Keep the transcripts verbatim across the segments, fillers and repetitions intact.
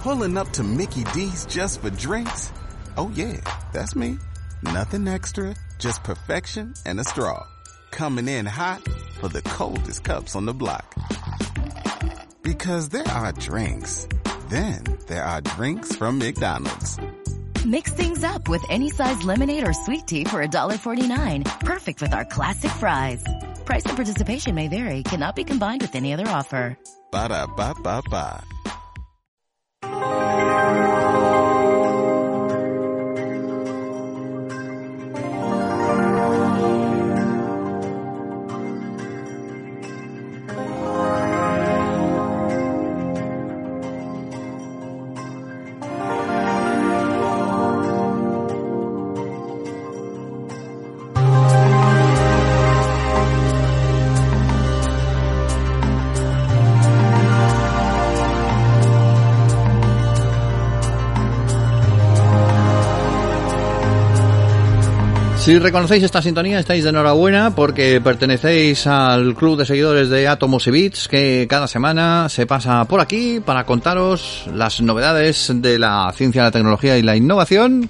Pulling up to Mickey D's just for drinks? Oh yeah, that's me. Nothing extra, just perfection and a straw. Coming in hot for the coldest cups on the block. Because there are drinks. Then there are drinks from McDonald's. Mix things up with any size lemonade or sweet tea for one forty-nine. Perfect with our classic fries. Price and participation may vary. Cannot be combined with any other offer. Ba-da-ba-ba-ba. Si reconocéis esta sintonía, estáis de enhorabuena porque pertenecéis al club de seguidores de Átomos y Bits, que cada semana se pasa por aquí para contaros las novedades de la ciencia, la tecnología y la innovación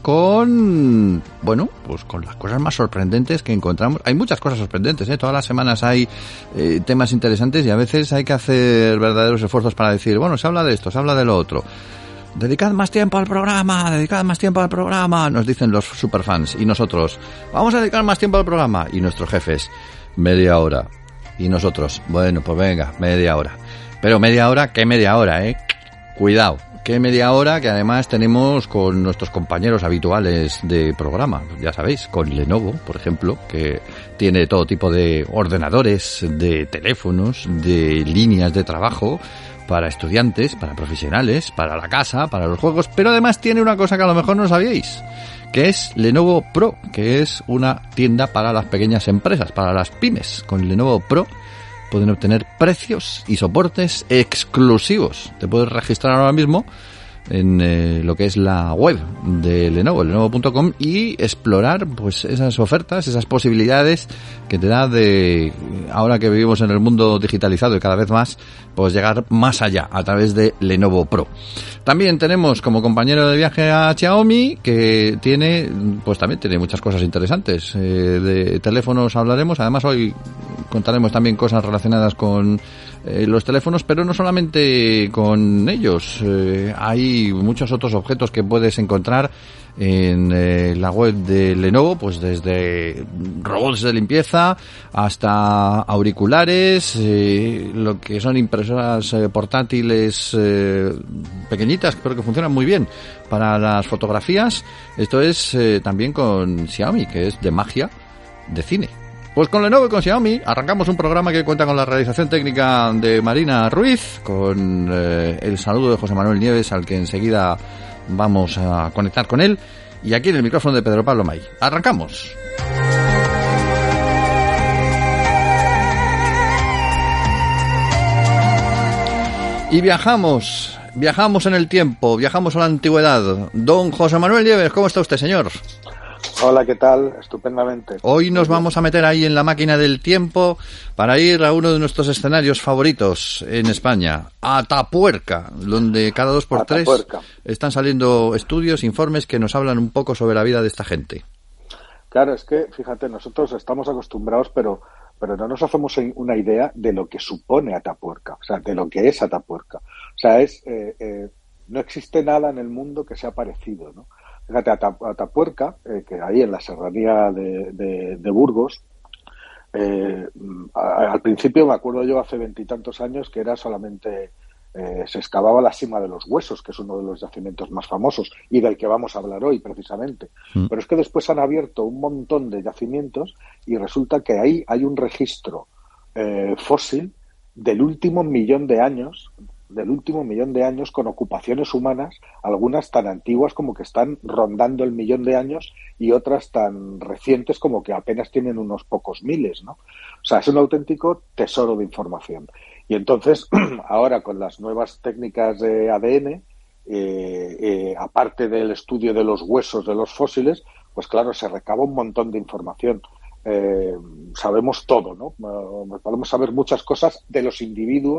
con, bueno, pues con las cosas más sorprendentes que encontramos. Hay muchas cosas sorprendentes, ¿eh? Todas las semanas hay eh, temas interesantes y a veces hay que hacer verdaderos esfuerzos para decir, bueno, se habla de esto, se habla de lo otro. Dedicad más tiempo al programa, dedicad más tiempo al programa, nos dicen los superfans. Y nosotros, vamos a dedicar más tiempo al programa. Y nuestros jefes, media hora. Y nosotros, bueno, pues venga, media hora. Pero media hora, ¿qué media hora, eh? Cuidado, ¿qué media hora? Que además tenemos con nuestros compañeros habituales de programa. Ya sabéis, con Lenovo, por ejemplo, que tiene todo tipo de ordenadores, de teléfonos, de líneas de trabajo, para estudiantes, para profesionales, para la casa, para los juegos, pero además tiene una cosa que a lo mejor no sabíais, que es Lenovo Pro, que es una tienda para las pequeñas empresas, para las pymes. Con Lenovo Pro pueden obtener precios y soportes exclusivos. Te puedes registrar ahora mismo en eh, lo que es la web de Lenovo, lenovo punto com, y explorar pues esas ofertas, esas posibilidades que te da de, ahora que vivimos en el mundo digitalizado y cada vez más, pues llegar más allá a través de Lenovo Pro. También tenemos como compañero de viaje a Xiaomi, que tiene, pues también tiene muchas cosas interesantes. Eh, de teléfonos hablaremos, además hoy contaremos también cosas relacionadas con eh, los teléfonos, pero no solamente con ellos. Eh, hay muchos otros objetos que puedes encontrar en eh, la web de Lenovo, pues desde robots de limpieza hasta auriculares, eh, lo que son impresoras eh, portátiles eh, pequeñitas, pero que funcionan muy bien para las fotografías. Esto es eh, también con Xiaomi, que es de magia de cine. Pues con Lenovo y con Xiaomi arrancamos un programa que cuenta con la realización técnica de Marina Ruiz, con eh, el saludo de José Manuel Nieves, al que enseguida vamos a conectar con él, y aquí en el micrófono de Pedro Pablo May. ¡Arrancamos! Y viajamos, viajamos en el tiempo, viajamos a la antigüedad. Don José Manuel Nieves, ¿cómo está usted, señor? Hola, ¿qué tal? Estupendamente. Hoy nos vamos a meter ahí en la máquina del tiempo para ir a uno de nuestros escenarios favoritos en España, Atapuerca, donde cada dos por tres están saliendo estudios, informes que nos hablan un poco sobre la vida de esta gente. Claro, es que, fíjate, nosotros estamos acostumbrados, pero pero no nos hacemos una idea de lo que supone Atapuerca, o sea, de lo que es Atapuerca. O sea, es eh, eh, no existe nada en el mundo que sea parecido, ¿no? Fíjate, Atapuerca, eh, que ahí en la serranía de, de, de Burgos, eh, a, al principio me acuerdo yo hace veintitantos años que era solamente, eh, se excavaba la Sima de los Huesos, que es uno de los yacimientos más famosos y del que vamos a hablar hoy precisamente. Mm. Pero es que después han abierto un montón de yacimientos y resulta que ahí hay un registro eh, fósil del último millón de años del último millón de años con ocupaciones humanas, algunas tan antiguas como que están rondando el millón de años y otras tan recientes como que apenas tienen unos pocos miles, ¿no? O sea, es un auténtico tesoro de información. Y entonces, ahora con las nuevas técnicas de A D N, eh, eh, aparte del estudio de los huesos de los fósiles, pues claro, se recaba un montón de información. Eh, sabemos todo, ¿no? Uh, podemos saber muchas cosas de los individuos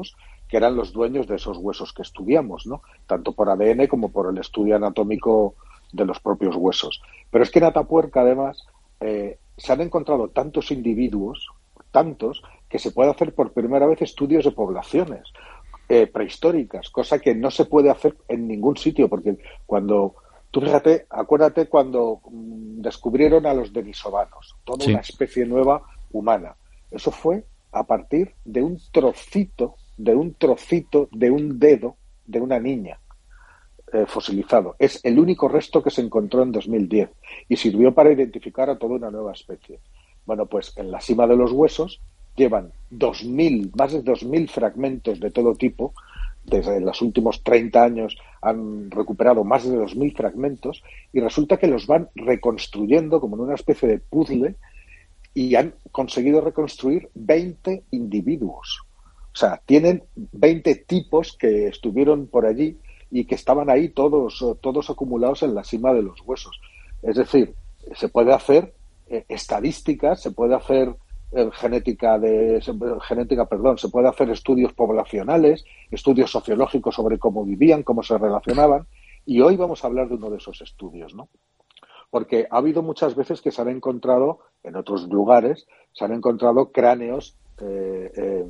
que eran los dueños de esos huesos que estudiamos, ¿no? Tanto por A D N como por el estudio anatómico de los propios huesos. Pero es que en Atapuerca, además, eh, se han encontrado tantos individuos, tantos, que se puede hacer por primera vez estudios de poblaciones eh, prehistóricas, cosa que no se puede hacer en ningún sitio, porque cuando, tú fíjate, acuérdate cuando mm, descubrieron a los denisovanos, toda sí. una especie nueva humana. Eso fue a partir de un trocito, de un trocito, de un dedo de una niña eh, fosilizado. Es el único resto que se encontró en dos mil diez y sirvió para identificar a toda una nueva especie. Bueno, pues en la cima de los huesos llevan dos mil, más de dos mil fragmentos de todo tipo. Desde los últimos treinta años han recuperado más de dos mil fragmentos y resulta que los van reconstruyendo como en una especie de puzzle y han conseguido reconstruir veinte individuos. O sea, tienen veinte tipos que estuvieron por allí y que estaban ahí todos, todos acumulados en la cima de los huesos. Es decir, se puede hacer eh, estadísticas, se puede hacer eh, genética de se, genética, perdón, se puede hacer estudios poblacionales, estudios sociológicos sobre cómo vivían, cómo se relacionaban, y hoy vamos a hablar de uno de esos estudios, ¿no? Porque ha habido muchas veces que se han encontrado, en otros lugares, se han encontrado cráneos eh, eh,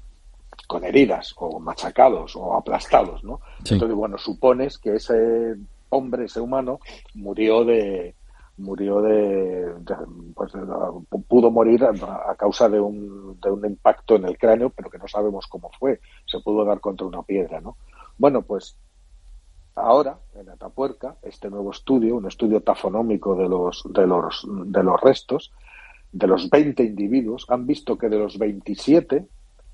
con heridas, o machacados, o aplastados, ¿no? Sí. Entonces, bueno, supones que ese hombre, ese humano, murió de... murió de, de pues pudo morir a, a causa de un, de un impacto en el cráneo, pero que no sabemos cómo fue. Se pudo dar contra una piedra, ¿no? Bueno, pues ahora, en Atapuerca, este nuevo estudio, un estudio tafonómico de los, de los, de los restos, de los veinte individuos, han visto que de los veintisiete,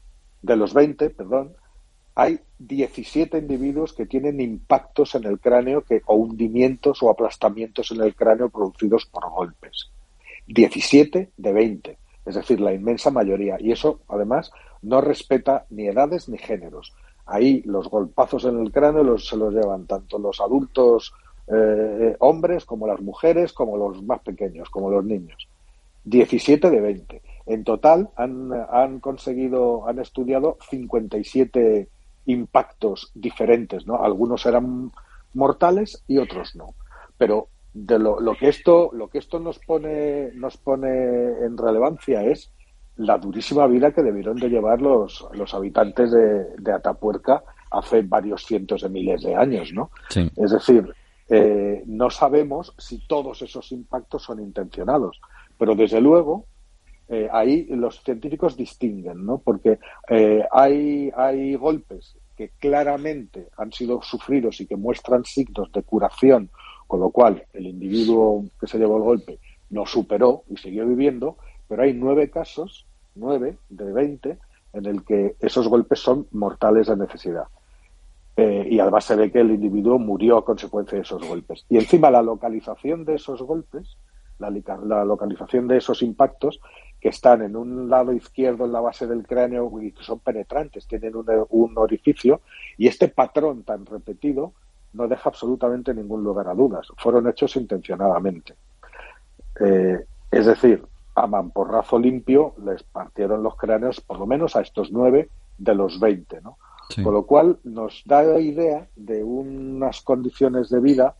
de los veinte, perdón, hay diecisiete individuos que tienen impactos en el cráneo que, o hundimientos o aplastamientos en el cráneo producidos por golpes. diecisiete de veinte, es decir, la inmensa mayoría. Y eso, además, no respeta ni edades ni géneros. Ahí los golpazos en el cráneo los, se los llevan tanto los adultos eh, hombres como las mujeres, como los más pequeños, como los niños. diecisiete de veinte. En total han, han conseguido, han estudiado cincuenta y siete impactos diferentes, ¿no? Algunos eran mortales y otros no. Pero de lo, lo que esto, lo que esto nos pone, nos pone en relevancia es la durísima vida que debieron de llevar los, los habitantes de, de Atapuerca hace varios cientos de miles de años, ¿no? Sí. Es decir, eh, no sabemos si todos esos impactos son intencionados, pero desde luego Eh, ahí los científicos distinguen, ¿no? Porque eh, hay, hay golpes que claramente han sido sufridos y que muestran signos de curación, con lo cual el individuo que se llevó el golpe no superó y siguió viviendo, pero hay nueve casos, nueve de veinte, en el que esos golpes son mortales de necesidad. Eh, y además se ve que el individuo murió a consecuencia de esos golpes. Y encima la localización de esos golpes, la, la localización de esos impactos, que están en un lado izquierdo en la base del cráneo y que son penetrantes, tienen un, un orificio, y este patrón tan repetido no deja absolutamente ningún lugar a dudas. Fueron hechos intencionadamente. Eh, es decir, a mamporrazo limpio les partieron los cráneos, por lo menos a estos nueve de los veinte, ¿no? Sí. Con lo cual nos da idea de unas condiciones de vida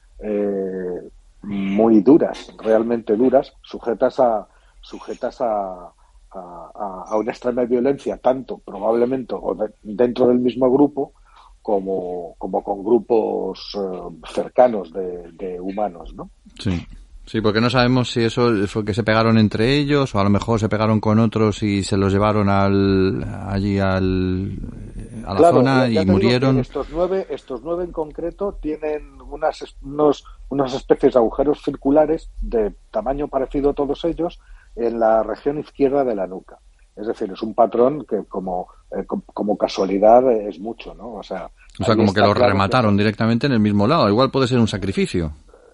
eh, muy duras, realmente duras, sujetas a sujetas a, a, a una extrema violencia, tanto probablemente o de, dentro del mismo grupo como, como con grupos uh, cercanos de, de humanos, ¿no? Sí. Sí, porque no sabemos si eso fue que se pegaron entre ellos o a lo mejor se pegaron con otros y se los llevaron al allí al a la claro, zona y murieron. Estos nueve, estos nueve en concreto tienen unas unos unas especies de agujeros circulares de tamaño parecido a todos ellos en la región izquierda de la nuca. Es decir, es un patrón que como eh, como casualidad es mucho, ¿no? O sea, o sea como que lo claro remataron que... directamente en el mismo lado. Igual puede ser un sacrificio.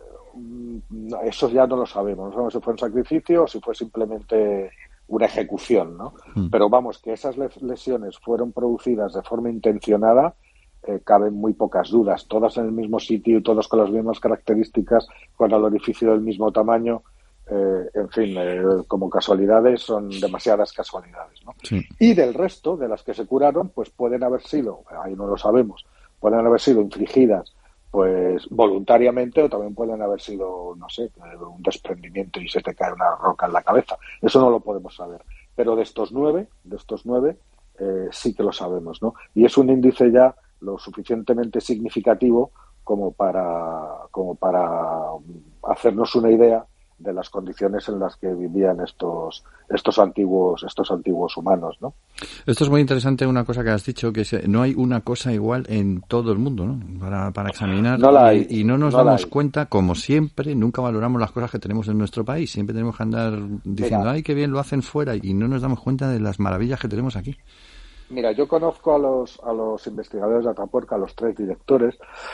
Eso ya no lo sabemos. No sabemos si fue un sacrificio o si fue simplemente una ejecución, ¿no? Mm. Pero vamos, que esas lesiones fueron producidas de forma intencionada, eh, caben muy pocas dudas. Todas en el mismo sitio, todas con las mismas características, con el orificio del mismo tamaño. eh, en fin, eh, como casualidades son demasiadas casualidades, ¿no? Sí. Y del resto de las que se curaron, pues pueden haber sido, ahí no lo sabemos, pueden haber sido infligidas pues voluntariamente, o también pueden haber sido, no sé, un desprendimiento y se te cae una roca en la cabeza. Eso no lo podemos saber. Pero de estos nueve, de estos nueve, eh, sí que lo sabemos, ¿no? Y es un índice ya lo suficientemente significativo como para, como para hacernos una idea de las condiciones en las que vivían estos estos antiguos estos antiguos humanos, ¿no? Esto es muy interesante, una cosa que has dicho, que es, no hay una cosa igual en todo el mundo, ¿no? Para, para examinar. No la hay, y, y no nos no damos cuenta, como siempre, nunca valoramos las cosas que tenemos en nuestro país. Siempre tenemos que andar diciendo, Mira, ay, qué bien lo hacen fuera, y no nos damos cuenta de las maravillas que tenemos aquí. Mira, yo conozco a los a los investigadores de Atapuerca, a los tres directores,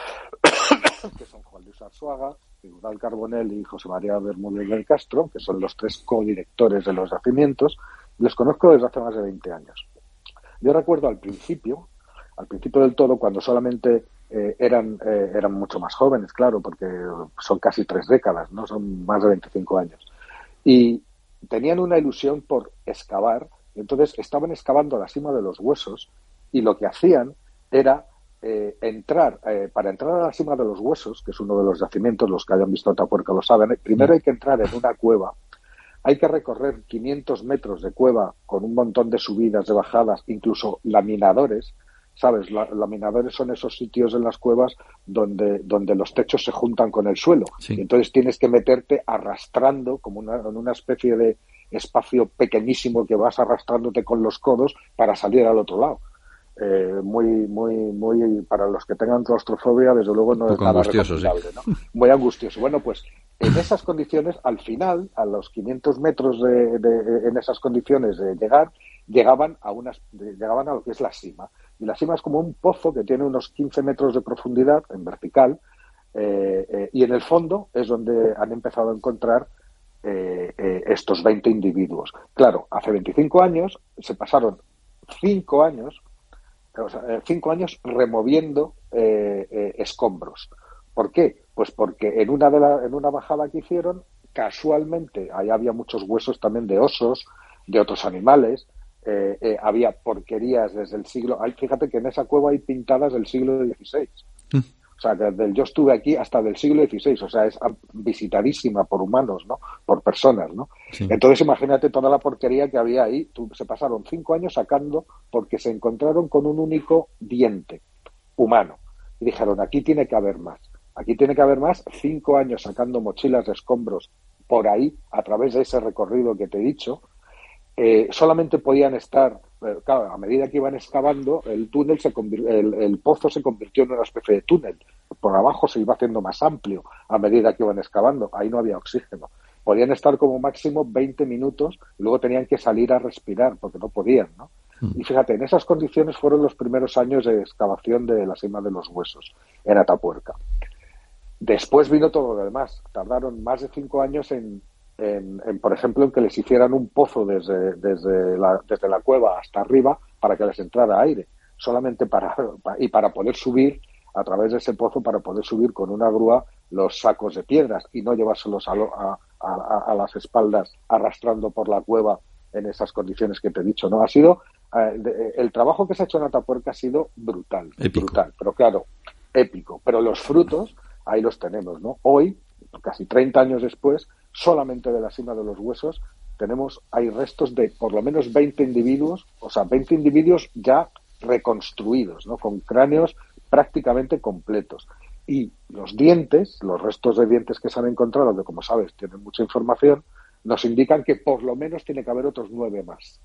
que son Juan Luis Arzuaga, Eudal Carbonell y José María Bermúdez del Castro, que son los tres codirectores de los yacimientos. Les conozco desde hace más de veinte años. Yo recuerdo al principio, al principio del todo, cuando solamente eh, eran eh, eran mucho más jóvenes, claro, porque son casi tres décadas, ¿no? Son más de veinticinco años. Y tenían una ilusión por excavar, y entonces estaban excavando la cima de los huesos, y lo que hacían era eh, entrar, eh, para entrar a la cima de los huesos, que es uno de los yacimientos, los que hayan visto Atapuerca lo saben, primero hay que entrar en una cueva. Hay que recorrer quinientos metros de cueva con un montón de subidas, de bajadas, incluso laminadores. ¿Sabes? La, laminadores son esos sitios en las cuevas donde, donde los techos se juntan con el suelo. Sí. Y entonces tienes que meterte arrastrando, como una, en una especie de espacio pequeñísimo que vas arrastrándote con los codos para salir al otro lado. Eh, muy, muy, muy, para los que tengan claustrofobia, desde luego no es nada recomendable, sí. ¿no? Muy angustioso. Bueno, pues en esas condiciones, al final, a los quinientos metros de, de, en esas condiciones de llegar, llegaban a unas, llegaban a lo que es la cima. Y la cima es como un pozo que tiene unos quince metros de profundidad en vertical, eh, eh, y en el fondo es donde han empezado a encontrar eh, eh, estos veinte individuos. Claro, hace veinticinco años se pasaron cinco años O sea, cinco años removiendo eh, eh, escombros. ¿Por qué? Pues porque en una de la, en una bajada que hicieron, casualmente, ahí había muchos huesos también de osos, de otros animales, eh, eh, había porquerías desde el siglo... Hay, fíjate que en esa cueva hay pintadas del siglo dieciséis. Mm. O sea, que desde el, yo estuve aquí hasta del siglo dieciséis, o sea, es visitadísima por humanos, ¿no? Por personas, ¿no? Sí. Entonces, imagínate toda la porquería que había ahí. Tú, se pasaron cinco años sacando porque se encontraron con un único diente humano. Y dijeron, aquí tiene que haber más. Aquí tiene que haber más. Cinco años sacando mochilas de escombros por ahí, a través de ese recorrido que te he dicho. Eh, solamente podían estar, eh, claro, a medida que iban excavando, el túnel se convir- el, el pozo se convirtió en una especie de túnel. Por abajo se iba haciendo más amplio a medida que iban excavando. Ahí no había oxígeno. Podían estar como máximo veinte minutos y luego tenían que salir a respirar porque no podían, ¿no? Mm. Y fíjate, en esas condiciones fueron los primeros años de excavación de la cima de los huesos en Atapuerca. Después vino todo lo demás. Tardaron más de cinco años en En, en, por ejemplo, en que les hicieran un pozo desde, desde, la, desde la cueva hasta arriba para que les entrara aire, solamente para, y para poder subir a través de ese pozo, para poder subir con una grúa los sacos de piedras y no llevárselos a, a, a, a las espaldas arrastrando por la cueva en esas condiciones que te he dicho, ¿no? Ha sido, eh, de, el trabajo que se ha hecho en Atapuerca ha sido brutal, épico. brutal, pero claro, épico, pero los frutos ahí los tenemos, ¿no? Hoy, casi treinta años después, solamente de la cima de los huesos tenemos, hay restos de por lo menos veinte individuos, o sea, veinte individuos ya reconstruidos, ¿no? Con cráneos prácticamente completos. Y los dientes, los restos de dientes que se han encontrado, que como sabes tienen mucha información, nos indican que por lo menos tiene que haber otros nueve más.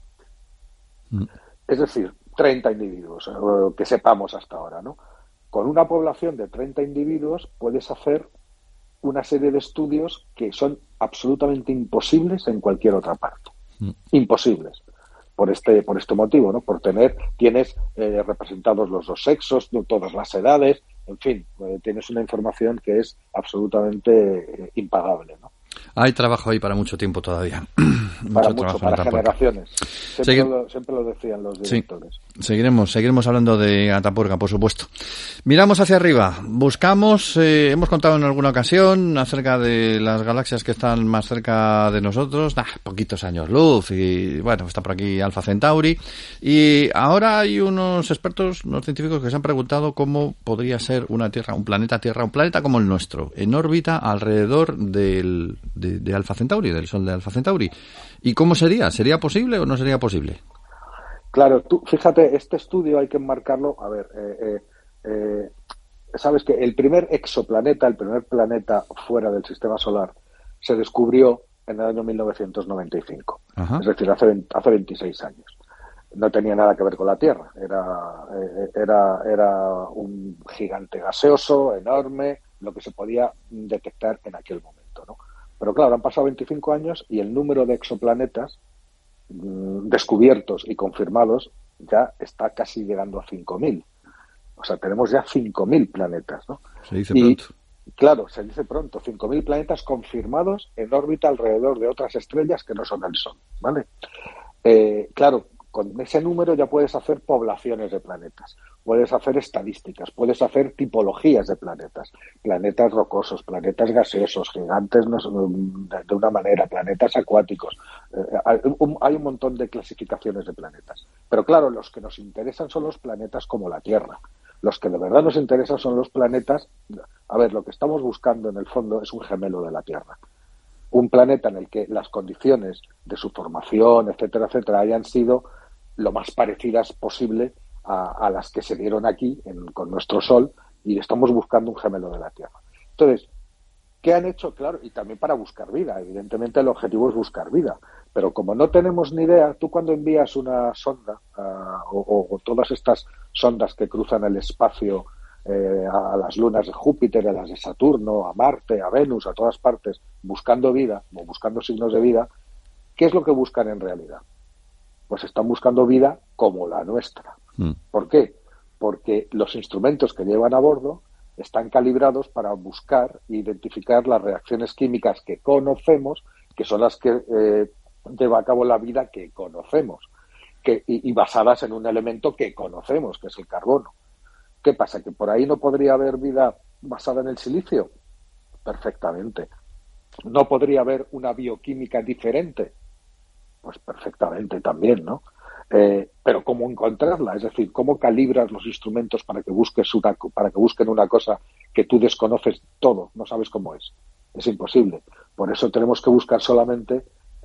Mm. Es decir, treinta individuos, eh, que sepamos hasta ahora, ¿no? Con una población de treinta individuos puedes hacer una serie de estudios que son absolutamente imposibles en cualquier otra parte. Mm. Imposibles. Por este, por este motivo, ¿no? Por tener, tienes eh, representados los dos sexos, no todas las edades, en fin, eh, tienes una información que es absolutamente eh, impagable, ¿no? Hay trabajo ahí para mucho tiempo todavía. Para mucho, mucho, para generaciones. Siempre, Segui- lo, siempre lo decían los directores. Sí, seguiremos, seguiremos hablando de Atapuerca, por supuesto. Miramos hacia arriba, buscamos, eh, hemos contado en alguna ocasión acerca de las galaxias que están más cerca de nosotros, nah, poquitos años luz, y bueno, está por aquí Alpha Centauri, y ahora hay unos expertos, unos científicos que se han preguntado cómo podría ser una Tierra, un planeta Tierra, un planeta como el nuestro, en órbita alrededor del, de, de Alpha Centauri, del Sol de Alpha Centauri. ¿Y cómo sería? ¿Sería posible o no sería posible? Claro, tú, fíjate, este estudio hay que enmarcarlo, a ver, eh, eh, eh, sabes que el primer exoplaneta, el primer planeta fuera del sistema solar, se descubrió en el año mil novecientos noventa y cinco, Ajá. Es decir, hace, hace veintiséis años. No tenía nada que ver con la Tierra, era, eh, era, era un gigante gaseoso, enorme, lo que se podía detectar en aquel momento, ¿no? Pero claro, han pasado veinticinco años y el número de exoplanetas mmm, descubiertos y confirmados ya está casi llegando a cinco mil. O sea, tenemos ya cinco mil planetas, ¿no? Se dice y, pronto. Claro, se dice pronto. cinco mil planetas confirmados en órbita alrededor de otras estrellas que no son el Sol, ¿vale? Eh, claro, con ese número ya puedes hacer poblaciones de planetas, puedes hacer estadísticas, puedes hacer tipologías de planetas, planetas rocosos, planetas gaseosos, gigantes de una manera, planetas acuáticos. Hay un montón de clasificaciones de planetas. Pero claro, los que nos interesan son los planetas como la Tierra. Los que de verdad nos interesan son los planetas. A ver, lo que estamos buscando en el fondo es un gemelo de la Tierra. Un planeta en el que las condiciones de su formación, etcétera, etcétera, hayan sido lo más parecidas posible a, a las que se dieron aquí en, con nuestro Sol, y estamos buscando un gemelo de la Tierra. Entonces, ¿qué han hecho? Claro, y también para buscar vida. Evidentemente el objetivo es buscar vida, pero como no tenemos ni idea, tú cuando envías una sonda uh, o, o todas estas sondas que cruzan el espacio eh, a las lunas de Júpiter, a las de Saturno, a Marte, a Venus, a todas partes, buscando vida o buscando signos de vida, ¿qué es lo que buscan en realidad? Pues están buscando vida como la nuestra. Mm. ¿Por qué? Porque los instrumentos que llevan a bordo están calibrados para buscar e identificar las reacciones químicas que conocemos, que son las que eh, lleva a cabo la vida que conocemos, que, y, y basadas en un elemento que conocemos, que es el carbono. ¿Qué pasa? ¿Que por ahí no podría haber vida basada en el silicio? Perfectamente. ¿No podría haber una bioquímica diferente? Pues perfectamente también, ¿no? Eh, pero ¿cómo encontrarla? Es decir, ¿cómo calibras los instrumentos para que busques una, para que busquen una cosa que tú desconoces todo, no sabes cómo es? Es imposible. Por eso tenemos que buscar solamente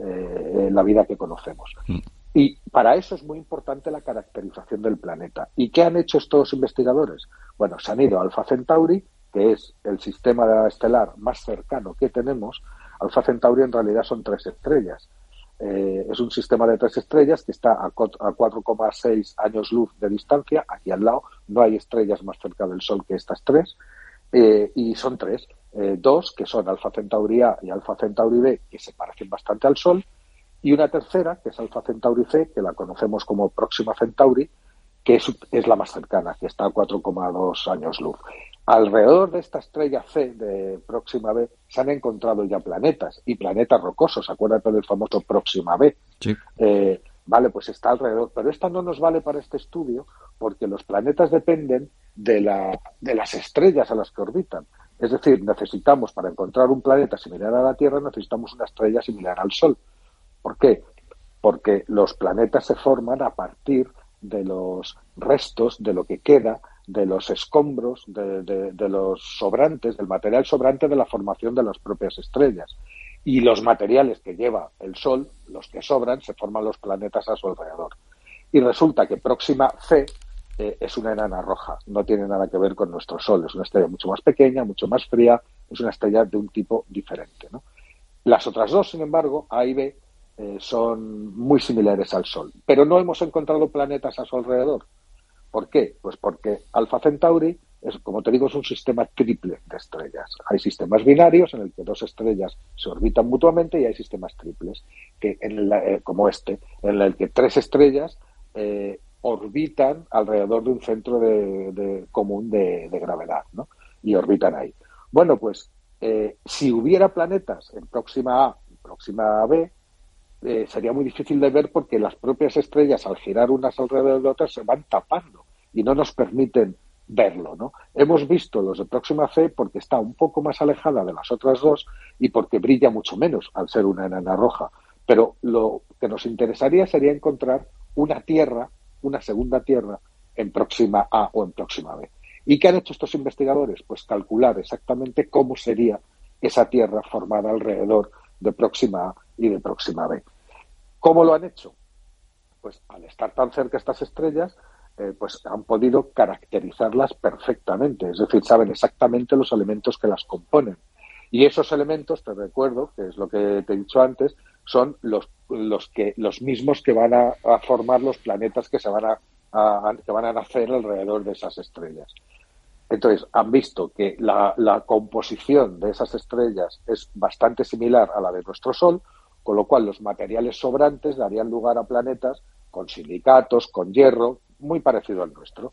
eh, la vida que conocemos. Mm. Y para eso es muy importante la caracterización del planeta. ¿Y qué han hecho estos investigadores? Bueno, se han ido a Alpha Centauri, que es el sistema estelar más cercano que tenemos. Alpha Centauri en realidad son tres estrellas. Eh, es un sistema de tres estrellas que está a cuatro coma seis años luz de distancia, aquí al lado. No hay estrellas más cerca del Sol que estas tres, eh, y son tres, eh, dos que son Alpha Centauri A y Alpha Centauri B, que se parecen bastante al Sol, y una tercera, que es Alpha Centauri C, que la conocemos como Próxima Centauri, que es, es la más cercana, que está a cuatro coma dos años luz. Alrededor de esta estrella C de Próxima B se han encontrado ya planetas, y planetas rocosos. Acuérdate del famoso Próxima B. Sí. Eh, vale, pues está alrededor. Pero esta no nos vale para este estudio porque los planetas dependen de, la, de las estrellas a las que orbitan. Es decir, necesitamos, para encontrar un planeta similar a la Tierra, necesitamos una estrella similar al Sol. ¿Por qué? Porque los planetas se forman a partir de los restos, de lo que queda, de los escombros, de, de, de los sobrantes, del material sobrante de la formación de las propias estrellas. Y los materiales que lleva el Sol, los que sobran, se forman los planetas a su alrededor. Y resulta que Próxima C eh, es una enana roja, no tiene nada que ver con nuestro Sol, es una estrella mucho más pequeña, mucho más fría, es una estrella de un tipo diferente, ¿no? Las otras dos, sin embargo, A y B, eh, son muy similares al Sol, pero no hemos encontrado planetas a su alrededor. ¿Por qué? Pues porque Alpha Centauri es, como te digo, es un sistema triple de estrellas. Hay sistemas binarios en el que dos estrellas se orbitan mutuamente y hay sistemas triples, que en la, eh, como este, en el que tres estrellas eh, orbitan alrededor de un centro de, de común de, de gravedad, ¿no? Y orbitan ahí. Bueno, pues eh, si hubiera planetas en Próxima A y Próxima B, eh, sería muy difícil de ver porque las propias estrellas, al girar unas alrededor de otras, se van tapando y no nos permiten verlo, ¿no? Hemos visto los de Próxima C porque está un poco más alejada de las otras dos y porque brilla mucho menos al ser una enana roja. Pero lo que nos interesaría sería encontrar una Tierra, una segunda Tierra, en Próxima A o en Próxima B. ¿Y qué han hecho estos investigadores? Pues calcular exactamente cómo sería esa Tierra formada alrededor de Próxima A y de Próxima B. ¿Cómo lo han hecho? Pues al estar tan cerca estas estrellas, eh, pues han podido caracterizarlas perfectamente, es decir, saben exactamente los elementos que las componen. Y esos elementos, te recuerdo, que es lo que te he dicho antes, son los, los, que, los mismos que van a, a formar los planetas que, se van a, a, que van a nacer alrededor de esas estrellas. Entonces, han visto que la, la composición de esas estrellas es bastante similar a la de nuestro Sol, con lo cual los materiales sobrantes darían lugar a planetas con silicatos, con hierro, muy parecido al nuestro.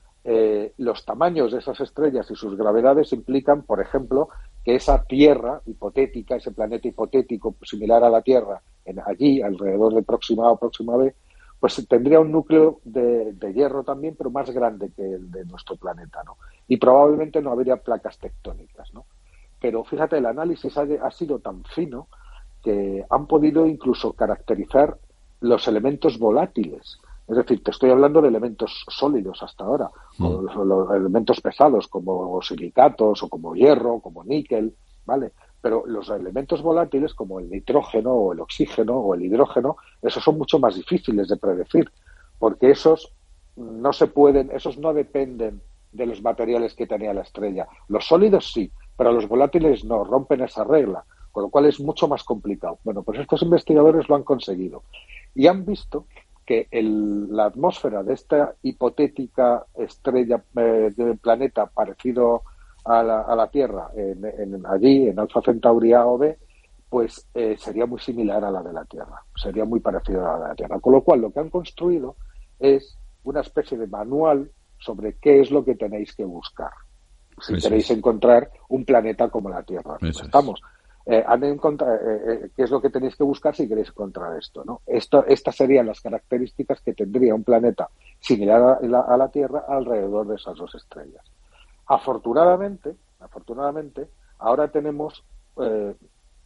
Eh, los tamaños de esas estrellas y sus gravedades implican, por ejemplo, que esa Tierra hipotética, ese planeta hipotético similar a la Tierra, en, allí, alrededor de Próxima A o Próxima B, pues tendría un núcleo de, de hierro también, pero más grande que el de nuestro planeta, ¿no? Y probablemente no habría placas tectónicas, ¿no? Pero fíjate, el análisis ha, ha sido tan fino que han podido incluso caracterizar los elementos volátiles. Es decir, te estoy hablando de elementos sólidos hasta ahora, mm. o los, los elementos pesados como silicatos o como hierro, como níquel, ¿vale? Pero los elementos volátiles como el nitrógeno o el oxígeno o el hidrógeno, esos son mucho más difíciles de predecir, porque esos no se pueden, esos no dependen de los materiales que tenía la estrella. Los sólidos sí, pero los volátiles no, rompen esa regla, con lo cual es mucho más complicado. Bueno, pues estos investigadores lo han conseguido y han visto que el, la atmósfera de esta hipotética estrella eh, de planeta parecido a la, a la Tierra en, en, allí en Alfa Centauri A o B, pues eh, sería muy similar a la de la Tierra, sería muy parecido a la de la Tierra, con lo cual lo que han construido es una especie de manual sobre qué es lo que tenéis que buscar si Eso queréis es. encontrar un planeta como la Tierra. Estamos Eh, han encontrado, eh, eh, qué es lo que tenéis que buscar si queréis encontrar esto, ¿no? Esto, estas serían las características que tendría un planeta similar a la, a la Tierra alrededor de esas dos estrellas. Afortunadamente, afortunadamente, ahora tenemos eh,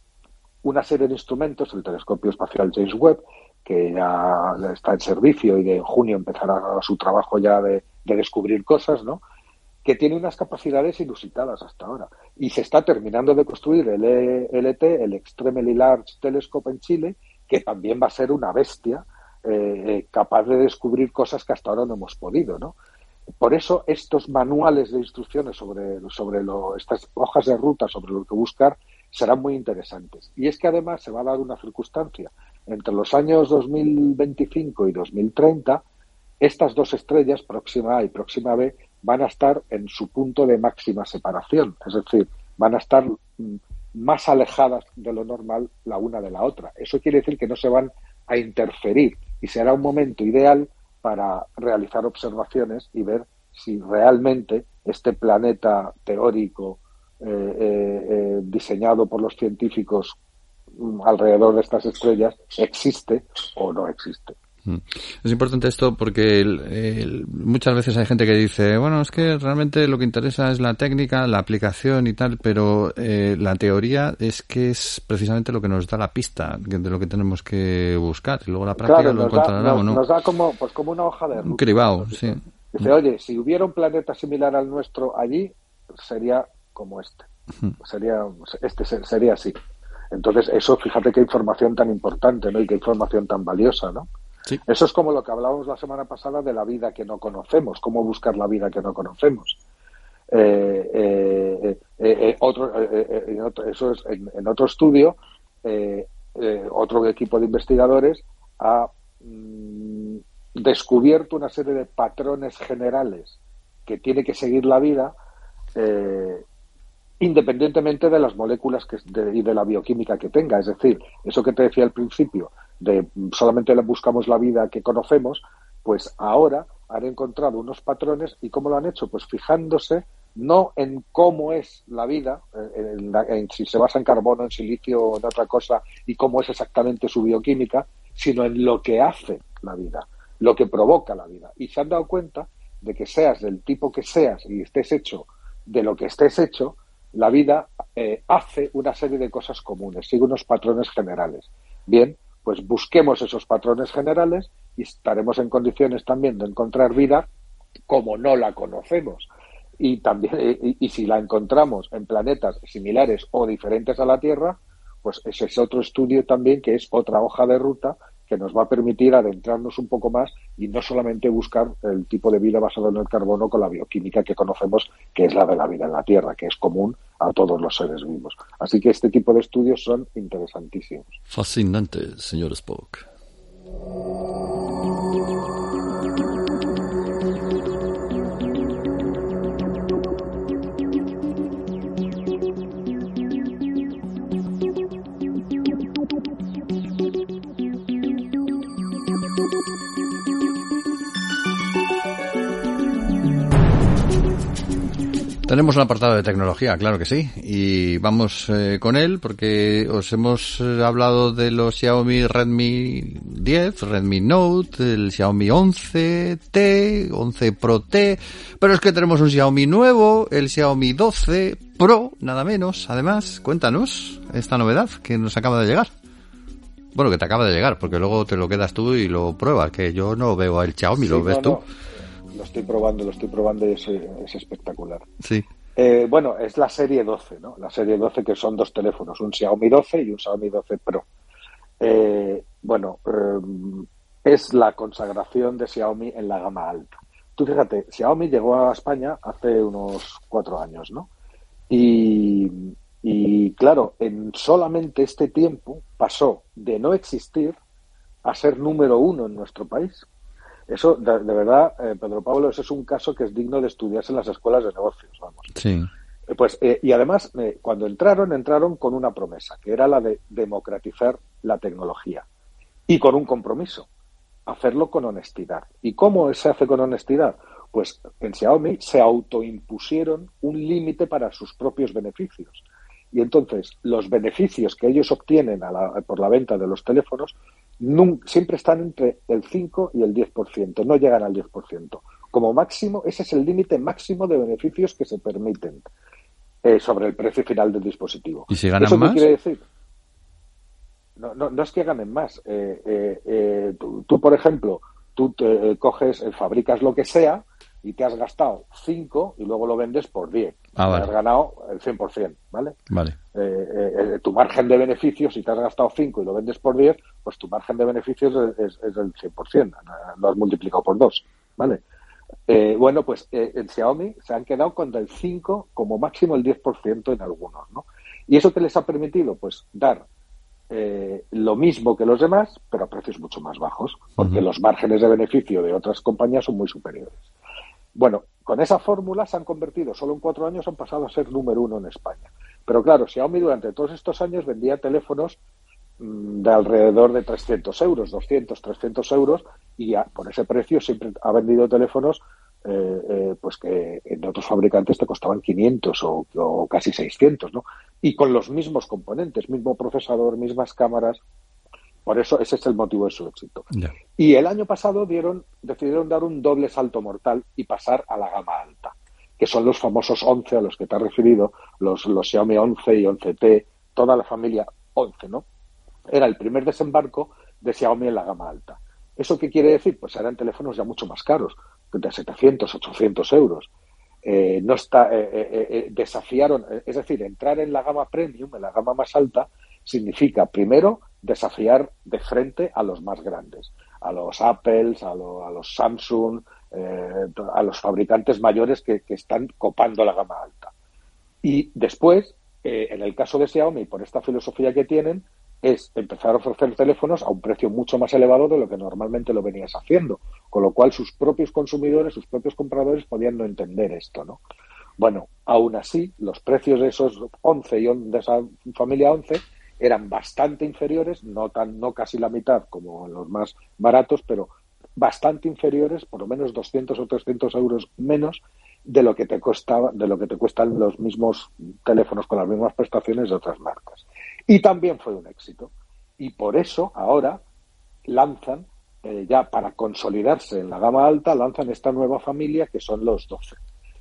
una serie de instrumentos, el telescopio espacial James Webb, que ya está en servicio y de en junio empezará su trabajo ya de, de descubrir cosas, ¿no? Que tiene unas capacidades inusitadas hasta ahora. Y se está terminando de construir el E L T, el Extremely Large Telescope en Chile, que también va a ser una bestia eh, capaz de descubrir cosas que hasta ahora no hemos podido, ¿no? Por eso estos manuales de instrucciones sobre, sobre lo, estas hojas de ruta sobre lo que buscar serán muy interesantes. Y es que además se va a dar una circunstancia. Entre los años dos mil veinticinco y dos mil treinta, estas dos estrellas, Próxima A y Próxima B, van a estar en su punto de máxima separación, es decir, van a estar más alejadas de lo normal la una de la otra. Eso quiere decir que no se van a interferir y será un momento ideal para realizar observaciones y ver si realmente este planeta teórico eh, eh, eh, diseñado por los científicos alrededor de estas estrellas existe o no existe. Es importante esto porque el, el, muchas veces hay gente que dice, bueno, es que realmente lo que interesa es la técnica, la aplicación y tal, pero eh, la teoría es que es precisamente lo que nos da la pista de lo que tenemos que buscar y luego la práctica claro, lo encontrará da, o no. Nos da como, pues como una hoja de ruta. Un cribado, sí. Dice, oye, si hubiera un planeta similar al nuestro allí, sería como este. Sería, este sería así. Entonces, eso, fíjate qué información tan importante, ¿no? Y qué información tan valiosa, ¿no? Sí. Eso es como lo que hablábamos la semana pasada de la vida que no conocemos, cómo buscar la vida que no conocemos. Eh, eh, eh, eh, otro, eh, eh, otro, eso es en, en otro estudio, eh, eh, otro equipo de investigadores ha mm, descubierto una serie de patrones generales que tiene que seguir la vida, eh, independientemente de las moléculas que, de, y de la bioquímica que tenga. Es decir, eso que te decía al principio, de solamente buscamos la vida que conocemos, pues ahora han encontrado unos patrones. ¿Y cómo lo han hecho? Pues fijándose no en cómo es la vida, en, la, en si se basa en carbono, en silicio o en otra cosa, y cómo es exactamente su bioquímica, sino en lo que hace la vida, lo que provoca la vida. Y se han dado cuenta de que seas del tipo que seas y estés hecho de lo que estés hecho, la vida eh, hace una serie de cosas comunes, sigue unos patrones generales. Bien, pues busquemos esos patrones generales y estaremos en condiciones también de encontrar vida como no la conocemos. Y también, y, y si la encontramos en planetas similares o diferentes a la Tierra, pues ese es otro estudio también que es otra hoja de ruta que nos va a permitir adentrarnos un poco más y no solamente buscar el tipo de vida basado en el carbono con la bioquímica que conocemos, que es la de la vida en la Tierra, que es común a todos los seres vivos. Así que este tipo de estudios son interesantísimos. Fascinante, señor Spock. Tenemos un apartado de tecnología, claro que sí, y vamos eh, con él porque os hemos eh, hablado de los Xiaomi Redmi diez, Redmi Note, el Xiaomi once T, once Pro T, pero es que tenemos un Xiaomi nuevo, el Xiaomi doce Pro, nada menos. Además, cuéntanos esta novedad que nos acaba de llegar. Bueno, que te acaba de llegar, porque luego te lo quedas tú y lo pruebas, que yo no veo el Xiaomi, sí, ¿lo ves no, tú? No. Lo estoy probando, lo estoy probando y es, es espectacular. Sí. Eh, bueno, es la serie doce, ¿no? La serie doce, que son dos teléfonos, un Xiaomi doce y un Xiaomi doce Pro. Eh, bueno, eh, es la consagración de Xiaomi en la gama alta. Tú fíjate, Xiaomi llegó a España hace unos cuatro años, ¿no? Y, y claro, en solamente este tiempo pasó de no existir a ser número uno en nuestro país. Eso, de, de verdad, eh, Pedro Pablo, eso es un caso que es digno de estudiarse en las escuelas de negocios, vamos. Sí. Eh, pues, eh, y además, eh, cuando entraron, entraron con una promesa, que era la de democratizar la tecnología. Y con un compromiso, hacerlo con honestidad. ¿Y cómo se hace con honestidad? Pues en Xiaomi se autoimpusieron un límite para sus propios beneficios. Y entonces, los beneficios que ellos obtienen a la, por la venta de los teléfonos Nunca, siempre están entre el cinco y el diez por ciento, no llegan al diez por ciento. Como máximo, ese es el límite máximo de beneficios que se permiten eh, sobre el precio final del dispositivo. ¿Y si ganan ¿Eso más? qué quiere decir? No, no, no es que ganen más. Eh, eh, eh, tú, tú, por ejemplo, tú te, eh, coges, eh, fabricas lo que sea y te has gastado cinco y luego lo vendes por diez. Ah, vale. Te has ganado el cien por ciento, ¿vale? Vale. Eh, eh, tu margen de beneficios, si te has gastado cinco y lo vendes por diez, pues tu margen de beneficios es, es, es del cien por ciento, lo has multiplicado por dos, ¿vale? Eh, bueno, pues eh, en Xiaomi se han quedado con del cinco, como máximo el diez por ciento en algunos, ¿no? ¿Y eso qué les ha permitido? Pues dar eh, lo mismo que los demás, pero a precios mucho más bajos, porque uh-huh. los márgenes de beneficio de otras compañías son muy superiores. Bueno, con esa fórmula se han convertido, solo en cuatro años han pasado a ser número uno en España. Pero claro, Xiaomi durante todos estos años vendía teléfonos mmm, de alrededor de trescientos euros, doscientos, trescientos euros, y ya, por ese precio siempre ha vendido teléfonos eh, eh, pues que en otros fabricantes te costaban quinientos o, o casi seiscientos, ¿no? Y con los mismos componentes, mismo procesador, mismas cámaras. Por eso ese es el motivo de su éxito. Yeah. Y el año pasado dieron, decidieron dar un doble salto mortal y pasar a la gama alta, que son los famosos once a los que te has referido, los, los Xiaomi once y once T, toda la familia once, ¿no? Era el primer desembarco de Xiaomi en la gama alta. ¿Eso qué quiere decir? Pues eran teléfonos ya mucho más caros, de setecientos, ochocientos euros. Eh, no está, eh, eh, eh, desafiaron, es decir, entrar en la gama premium, en la gama más alta, significa, primero, desafiar de frente a los más grandes, a los Apples, a, lo, a los Samsung, eh, a los fabricantes mayores que, que están copando la gama alta. Y después, eh, en el caso de Xiaomi, por esta filosofía que tienen, es empezar a ofrecer teléfonos a un precio mucho más elevado de lo que normalmente lo venías haciendo, con lo cual sus propios consumidores, sus propios compradores podían no entender esto, ¿no? Bueno, aún así, los precios de esos once y de esa familia once eran bastante inferiores, no tan, no casi la mitad como los más baratos, pero bastante inferiores, por lo menos doscientos o trescientos euros menos, de lo que te costaba, de lo que te cuestan los mismos teléfonos con las mismas prestaciones de otras marcas. Y también fue un éxito. Y por eso ahora lanzan, eh, ya para consolidarse en la gama alta, lanzan esta nueva familia que son los doce.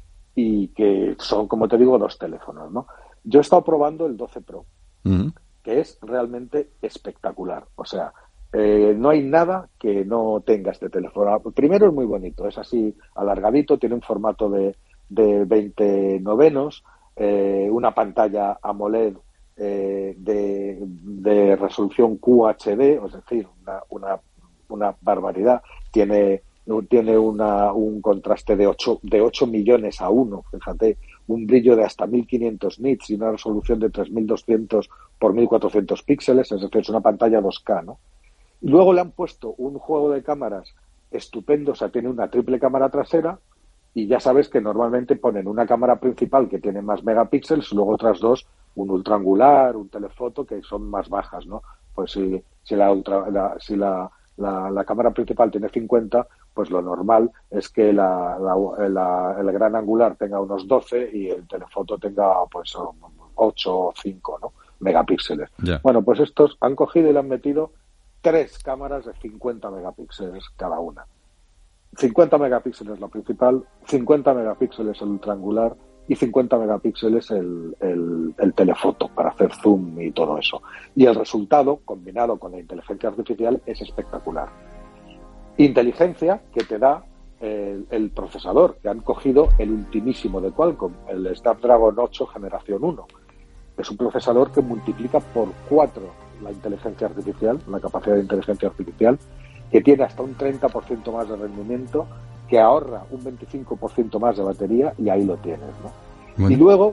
Y que son, como te digo, dos teléfonos, ¿no? Yo he estado probando el doce Pro, uh-huh. que es realmente espectacular. O sea, eh, no hay nada que no tenga este teléfono. Primero es muy bonito, es así alargadito, tiene un formato de, de veinte novenos, eh, una pantalla AMOLED eh, de, de resolución Q H D, es decir, una, una, una barbaridad. Tiene... tiene una, un contraste de ocho, de ocho millones a uno, fíjate, un brillo de hasta mil quinientos nits y una resolución de tres mil doscientos por mil cuatrocientos píxeles, es decir, es una pantalla dos K, ¿no? Y luego le han puesto un juego de cámaras estupendo, o sea, tiene una triple cámara trasera y ya sabes que normalmente ponen una cámara principal que tiene más megapíxeles y luego otras dos, un ultraangular, un telefoto, que son más bajas, ¿no? Pues si, si la ultra, la, si la La, la cámara principal tiene cincuenta, pues lo normal es que la, la, la, el gran angular tenga unos doce y el telefoto tenga pues ocho o cinco, ¿no? megapíxeles. Yeah. Bueno, pues estos han cogido y le han metido tres cámaras de cincuenta megapíxeles cada una. cincuenta megapíxeles la principal, cincuenta megapíxeles el ultraangular y cincuenta megapíxeles el, el, el telefoto para hacer zoom y todo eso. Y el resultado, combinado con la inteligencia artificial, es espectacular. Inteligencia que te da el, el procesador, que han cogido el ultimísimo de Qualcomm, el Snapdragon ocho generación uno. Es un procesador que multiplica por cuatro la inteligencia artificial, la capacidad de inteligencia artificial, que tiene hasta un treinta por ciento más de rendimiento, que ahorra un veinticinco por ciento más de batería y ahí lo tienes, ¿no? Bueno. Y luego,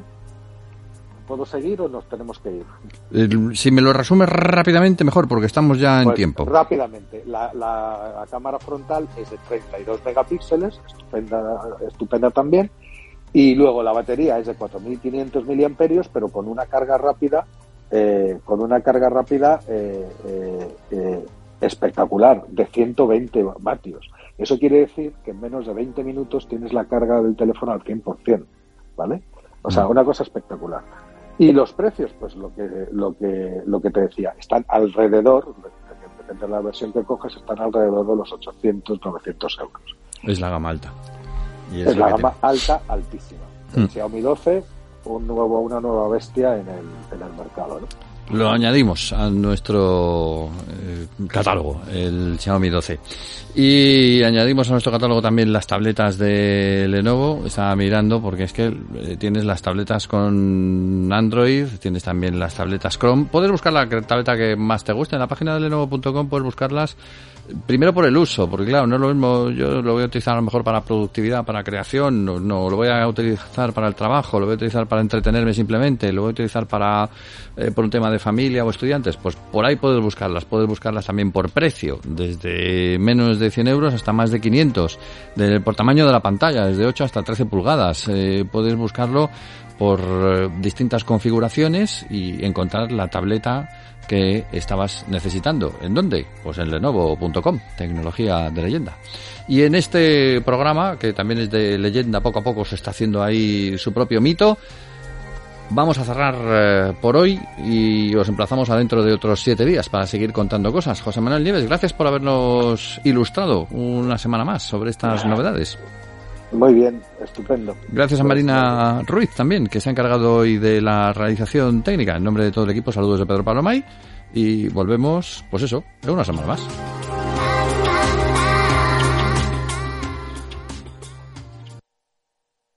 ¿puedo seguir o nos tenemos que ir? El, si me lo resumes rápidamente mejor, porque estamos ya en pues, tiempo. Rápidamente, la, la, la cámara frontal es de treinta y dos megapíxeles, estupenda, estupenda también, y luego la batería es de cuatro mil quinientos miliamperios, pero con una carga rápida, eh, con una carga rápida eh, eh, eh, espectacular, de ciento veinte vatios. Eso quiere decir que en menos de veinte minutos tienes la carga del teléfono al cien por ciento, ¿vale? O sea, una cosa espectacular. Y los precios, pues lo que lo que lo que te decía, están alrededor, depende de la versión que coges, están alrededor de los ochocientos, novecientos euros. Es la gama alta. Y es, es la gama te... alta, altísima. El mm. Xiaomi doce, un nuevo, una nueva bestia en el, en el mercado, ¿no? Lo añadimos a nuestro eh, catálogo, el Xiaomi doce. Y añadimos a nuestro catálogo también las tabletas de Lenovo. Estaba mirando porque es que eh, tienes las tabletas con Android, tienes también las tabletas Chrome. Puedes buscar la tableta que más te guste en la página de lenovo punto com, puedes buscarlas. Primero por el uso, porque claro, no es lo mismo, yo lo voy a utilizar a lo mejor para productividad, para creación, no, no lo voy a utilizar para el trabajo, lo voy a utilizar para entretenerme simplemente, lo voy a utilizar para eh, por un tema de familia o estudiantes, pues por ahí puedes buscarlas, puedes buscarlas también por precio, desde menos de cien euros hasta más de quinientos, de, por tamaño de la pantalla, desde ocho hasta trece pulgadas, eh, puedes buscarlo por eh, distintas configuraciones y encontrar la tableta que estabas necesitando. ¿En dónde? Pues en lenovo punto com, tecnología de leyenda. Y en este programa, que también es de leyenda, poco a poco se está haciendo ahí su propio mito, vamos a cerrar eh, por hoy y os emplazamos a dentro de otros siete días para seguir contando cosas. José Manuel Nieves, gracias por habernos ilustrado una semana más sobre estas novedades. Muy bien, estupendo. Gracias a Marina Ruiz también, que se ha encargado hoy de la realización técnica. En nombre de todo el equipo, saludos de Pedro Palomay y volvemos, pues eso, en una semana más.